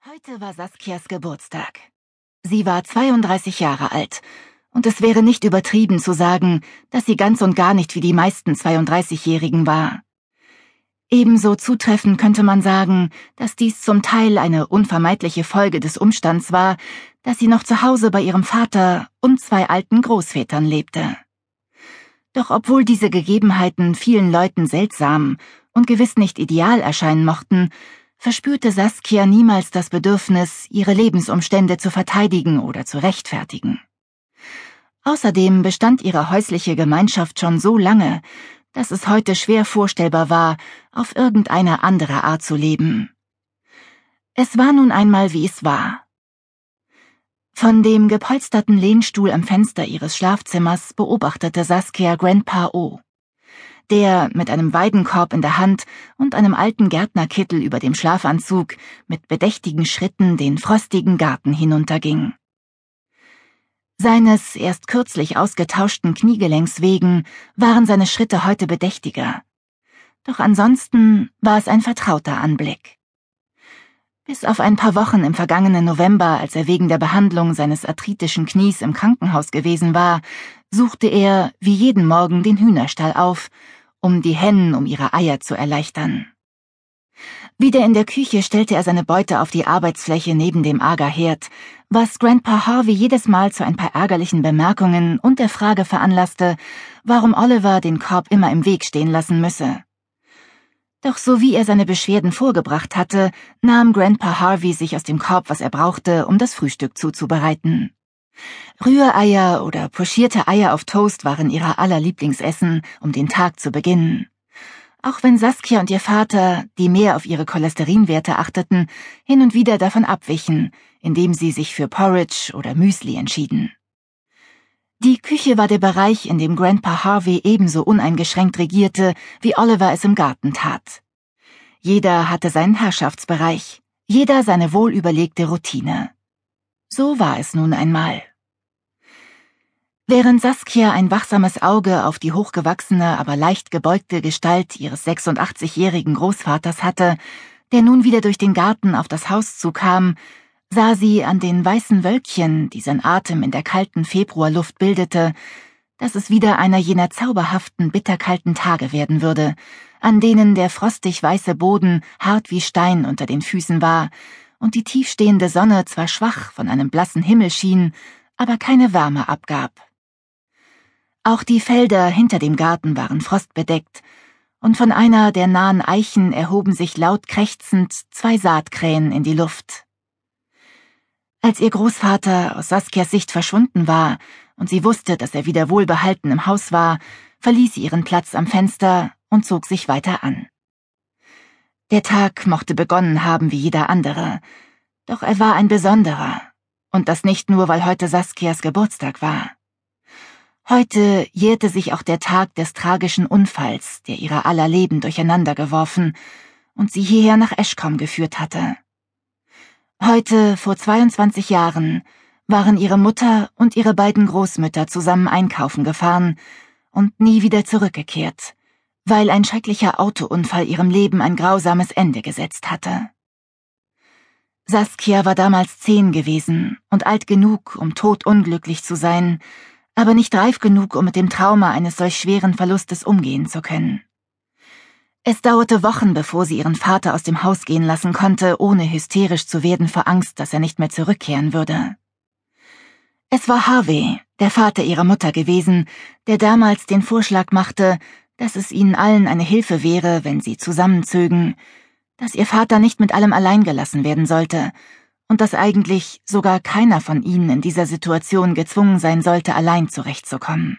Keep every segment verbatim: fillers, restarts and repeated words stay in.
Heute war Saskias Geburtstag. Sie war zweiunddreißig Jahre alt, und es wäre nicht übertrieben zu sagen, dass sie ganz und gar nicht wie die meisten zweiunddreißigjährigen war. Ebenso zutreffend könnte man sagen, dass dies zum Teil eine unvermeidliche Folge des Umstands war, dass sie noch zu Hause bei ihrem Vater und zwei alten Großvätern lebte. Doch obwohl diese Gegebenheiten vielen Leuten seltsam und gewiss nicht ideal erscheinen mochten, verspürte Saskia niemals das Bedürfnis, ihre Lebensumstände zu verteidigen oder zu rechtfertigen. Außerdem bestand ihre häusliche Gemeinschaft schon so lange, dass es heute schwer vorstellbar war, auf irgendeine andere Art zu leben. Es war nun einmal, wie es war. Von dem gepolsterten Lehnstuhl am Fenster ihres Schlafzimmers beobachtete Saskia Grandpa O., der mit einem Weidenkorb in der Hand und einem alten Gärtnerkittel über dem Schlafanzug mit bedächtigen Schritten den frostigen Garten hinunterging. Seines erst kürzlich ausgetauschten Kniegelenks wegen waren seine Schritte heute bedächtiger. Doch ansonsten war es ein vertrauter Anblick. Bis auf ein paar Wochen im vergangenen November, als er wegen der Behandlung seines arthritischen Knies im Krankenhaus gewesen war, suchte er wie jeden Morgen den Hühnerstall auf, um die Hennen um ihre Eier zu erleichtern. Wieder in der Küche stellte er seine Beute auf die Arbeitsfläche neben dem Agerherd, was Grandpa Harvey jedes Mal zu ein paar ärgerlichen Bemerkungen und der Frage veranlasste, warum Oliver den Korb immer im Weg stehen lassen müsse. Doch so wie er seine Beschwerden vorgebracht hatte, nahm Grandpa Harvey sich aus dem Korb, was er brauchte, um das Frühstück zuzubereiten. Rühreier oder pochierte Eier auf Toast waren ihrer aller Lieblingsessen, um den Tag zu beginnen. Auch wenn Saskia und ihr Vater, die mehr auf ihre Cholesterinwerte achteten, hin und wieder davon abwichen, indem sie sich für Porridge oder Müsli entschieden. Die Küche war der Bereich, in dem Grandpa Harvey ebenso uneingeschränkt regierte, wie Oliver es im Garten tat. Jeder hatte seinen Herrschaftsbereich, jeder seine wohlüberlegte Routine. So war es nun einmal. Während Saskia ein wachsames Auge auf die hochgewachsene, aber leicht gebeugte Gestalt ihres sechsundachtzigjährigen Großvaters hatte, der nun wieder durch den Garten auf das Haus zukam, sah sie an den weißen Wölkchen, die sein Atem in der kalten Februarluft bildete, dass es wieder einer jener zauberhaften, bitterkalten Tage werden würde, an denen der frostig weiße Boden hart wie Stein unter den Füßen war und die tiefstehende Sonne zwar schwach von einem blassen Himmel schien, aber keine Wärme abgab. Auch die Felder hinter dem Garten waren frostbedeckt, und von einer der nahen Eichen erhoben sich laut krächzend zwei Saatkrähen in die Luft. Als ihr Großvater aus Saskias Sicht verschwunden war und sie wusste, dass er wieder wohlbehalten im Haus war, verließ sie ihren Platz am Fenster und zog sich weiter an. Der Tag mochte begonnen haben wie jeder andere, doch er war ein besonderer, und das nicht nur, weil heute Saskias Geburtstag war. Heute jährte sich auch der Tag des tragischen Unfalls, der ihrer aller Leben durcheinandergeworfen und sie hierher nach Ashcombe geführt hatte. Heute, vor zweiundzwanzig Jahren, waren ihre Mutter und ihre beiden Großmütter zusammen einkaufen gefahren und nie wieder zurückgekehrt, weil ein schrecklicher Autounfall ihrem Leben ein grausames Ende gesetzt hatte. Saskia war damals zehn gewesen und alt genug, um todunglücklich zu sein, aber nicht reif genug, um mit dem Trauma eines solch schweren Verlustes umgehen zu können. Es dauerte Wochen, bevor sie ihren Vater aus dem Haus gehen lassen konnte, ohne hysterisch zu werden vor Angst, dass er nicht mehr zurückkehren würde. Es war Harvey, der Vater ihrer Mutter gewesen, der damals den Vorschlag machte, dass es ihnen allen eine Hilfe wäre, wenn sie zusammenzögen, dass ihr Vater nicht mit allem allein gelassen werden sollte und dass eigentlich sogar keiner von ihnen in dieser Situation gezwungen sein sollte, allein zurechtzukommen.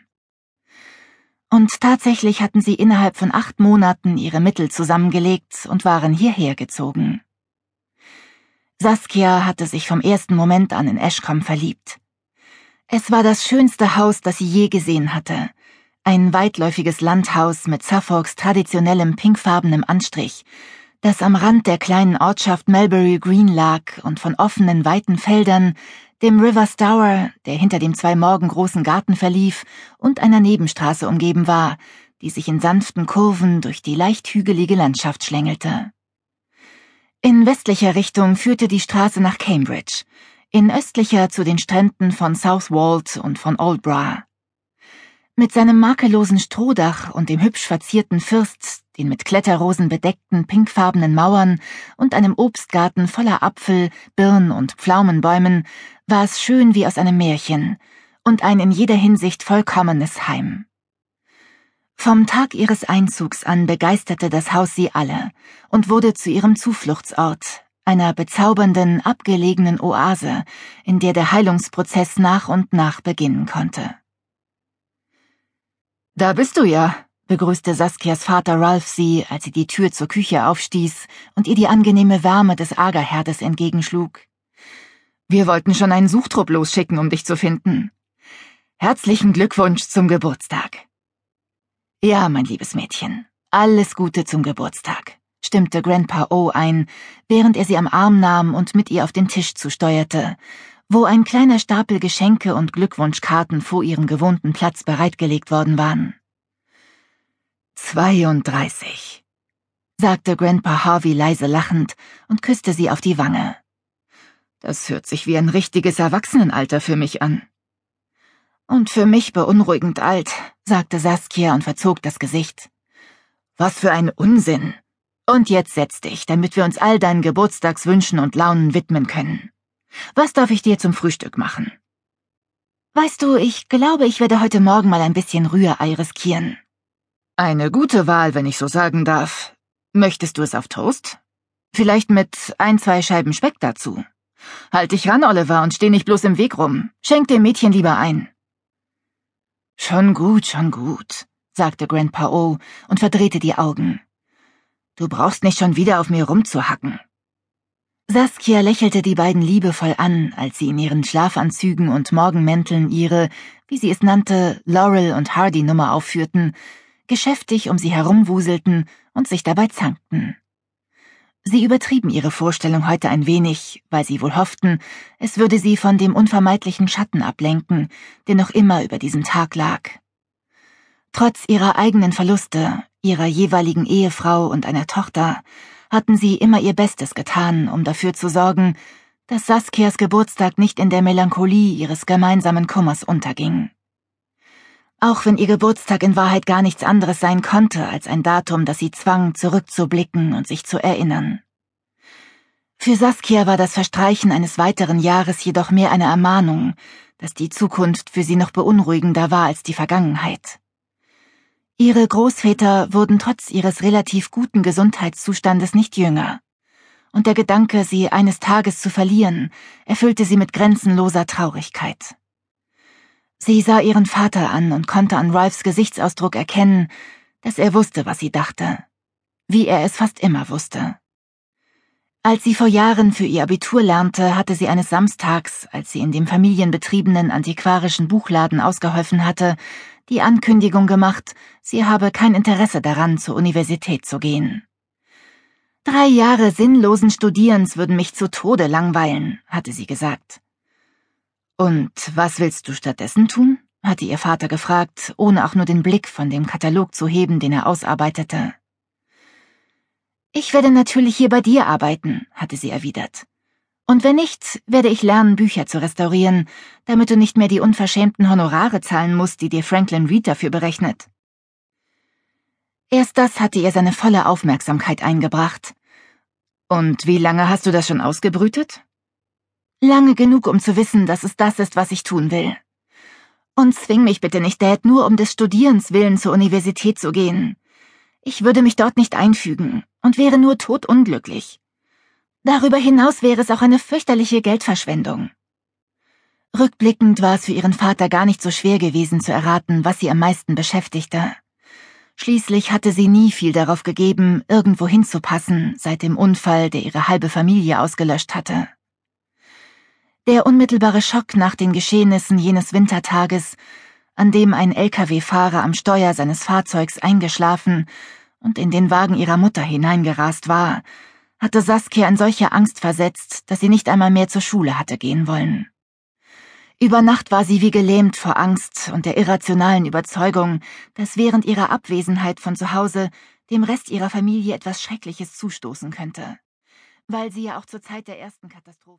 Und tatsächlich hatten sie innerhalb von acht Monaten ihre Mittel zusammengelegt und waren hierher gezogen. Saskia hatte sich vom ersten Moment an in Ashcombe verliebt. Es war das schönste Haus, das sie je gesehen hatte. Ein weitläufiges Landhaus mit Suffolks traditionellem pinkfarbenem Anstrich, das am Rand der kleinen Ortschaft Melbury Green lag und von offenen, weiten Feldern, dem River Stour, der hinter dem zwei Morgen großen Garten verlief, und einer Nebenstraße umgeben war, die sich in sanften Kurven durch die leicht hügelige Landschaft schlängelte. In westlicher Richtung führte die Straße nach Cambridge, in östlicher zu den Stränden von Southwold und von Aldbrough. Mit seinem makellosen Strohdach und dem hübsch verzierten First, den mit Kletterrosen bedeckten pinkfarbenen Mauern und einem Obstgarten voller Apfel-, Birn- und Pflaumenbäumen war es schön wie aus einem Märchen und ein in jeder Hinsicht vollkommenes Heim. Vom Tag ihres Einzugs an begeisterte das Haus sie alle und wurde zu ihrem Zufluchtsort, einer bezaubernden, abgelegenen Oase, in der der Heilungsprozess nach und nach beginnen konnte. »Da bist du ja«, begrüßte Saskias Vater Ralph sie, als sie die Tür zur Küche aufstieß und ihr die angenehme Wärme des Agerherdes entgegenschlug. »Wir wollten schon einen Suchtrupp losschicken, um dich zu finden. Herzlichen Glückwunsch zum Geburtstag.« »Ja, mein liebes Mädchen, alles Gute zum Geburtstag«, stimmte Grandpa O ein, während er sie am Arm nahm und mit ihr auf den Tisch zusteuerte, wo ein kleiner Stapel Geschenke und Glückwunschkarten vor ihrem gewohnten Platz bereitgelegt worden waren. »Zweiunddreißig«, sagte Grandpa Harvey leise lachend und küsste sie auf die Wange. »Das hört sich wie ein richtiges Erwachsenenalter für mich an.« »Und für mich beunruhigend alt«, sagte Saskia und verzog das Gesicht. »Was für ein Unsinn! Und jetzt setz dich, damit wir uns all deinen Geburtstagswünschen und Launen widmen können. Was darf ich dir zum Frühstück machen?« »Weißt du, ich glaube, ich werde heute Morgen mal ein bisschen Rührei riskieren.« »Eine gute Wahl, wenn ich so sagen darf. Möchtest du es auf Toast? Vielleicht mit ein, zwei Scheiben Speck dazu. Halt dich ran, Oliver, und steh nicht bloß im Weg rum. Schenk dem Mädchen lieber ein.« »Schon gut, schon gut«, sagte Grandpa O und verdrehte die Augen. »Du brauchst nicht schon wieder auf mir rumzuhacken.« Saskia lächelte die beiden liebevoll an, als sie in ihren Schlafanzügen und Morgenmänteln ihre, wie sie es nannte, Laurel- und Hardy-Nummer aufführten, geschäftig um sie herumwuselten und sich dabei zankten. Sie übertrieben ihre Vorstellung heute ein wenig, weil sie wohl hofften, es würde sie von dem unvermeidlichen Schatten ablenken, der noch immer über diesem Tag lag. Trotz ihrer eigenen Verluste, ihrer jeweiligen Ehefrau und einer Tochter, hatten sie immer ihr Bestes getan, um dafür zu sorgen, dass Saskias Geburtstag nicht in der Melancholie ihres gemeinsamen Kummers unterging. Auch wenn ihr Geburtstag in Wahrheit gar nichts anderes sein konnte als ein Datum, das sie zwang, zurückzublicken und sich zu erinnern. Für Saskia war das Verstreichen eines weiteren Jahres jedoch mehr eine Ermahnung, dass die Zukunft für sie noch beunruhigender war als die Vergangenheit. Ihre Großväter wurden trotz ihres relativ guten Gesundheitszustandes nicht jünger, und der Gedanke, sie eines Tages zu verlieren, erfüllte sie mit grenzenloser Traurigkeit. Sie sah ihren Vater an und konnte an Ralphs Gesichtsausdruck erkennen, dass er wusste, was sie dachte, wie er es fast immer wusste. Als sie vor Jahren für ihr Abitur lernte, hatte sie eines Samstags, als sie in dem familienbetriebenen antiquarischen Buchladen ausgeholfen hatte, die Ankündigung gemacht, sie habe kein Interesse daran, zur Universität zu gehen. »Drei Jahre sinnlosen Studierens würden mich zu Tode langweilen«, hatte sie gesagt. »Und was willst du stattdessen tun?« hatte ihr Vater gefragt, ohne auch nur den Blick von dem Katalog zu heben, den er ausarbeitete. »Ich werde natürlich hier bei dir arbeiten«, hatte sie erwidert. »Und wenn nicht, werde ich lernen, Bücher zu restaurieren, damit du nicht mehr die unverschämten Honorare zahlen musst, die dir Franklin Reed dafür berechnet.« Erst das hatte ihr seine volle Aufmerksamkeit eingebracht. »Und wie lange hast du das schon ausgebrütet?« »Lange genug, um zu wissen, dass es das ist, was ich tun will. Und zwing mich bitte nicht, Dad, nur um des Studierens willen zur Universität zu gehen. Ich würde mich dort nicht einfügen und wäre nur todunglücklich. Darüber hinaus wäre es auch eine fürchterliche Geldverschwendung.« Rückblickend war es für ihren Vater gar nicht so schwer gewesen zu erraten, was sie am meisten beschäftigte. Schließlich hatte sie nie viel darauf gegeben, irgendwo hinzupassen, seit dem Unfall, der ihre halbe Familie ausgelöscht hatte. Der unmittelbare Schock nach den Geschehnissen jenes Wintertages, an dem ein L K W-Fahrer am Steuer seines Fahrzeugs eingeschlafen und in den Wagen ihrer Mutter hineingerast war, hatte Saskia in solche Angst versetzt, dass sie nicht einmal mehr zur Schule hatte gehen wollen. Über Nacht war sie wie gelähmt vor Angst und der irrationalen Überzeugung, dass während ihrer Abwesenheit von zu Hause dem Rest ihrer Familie etwas Schreckliches zustoßen könnte. weil sie ja auch zur Zeit der ersten Katastrophe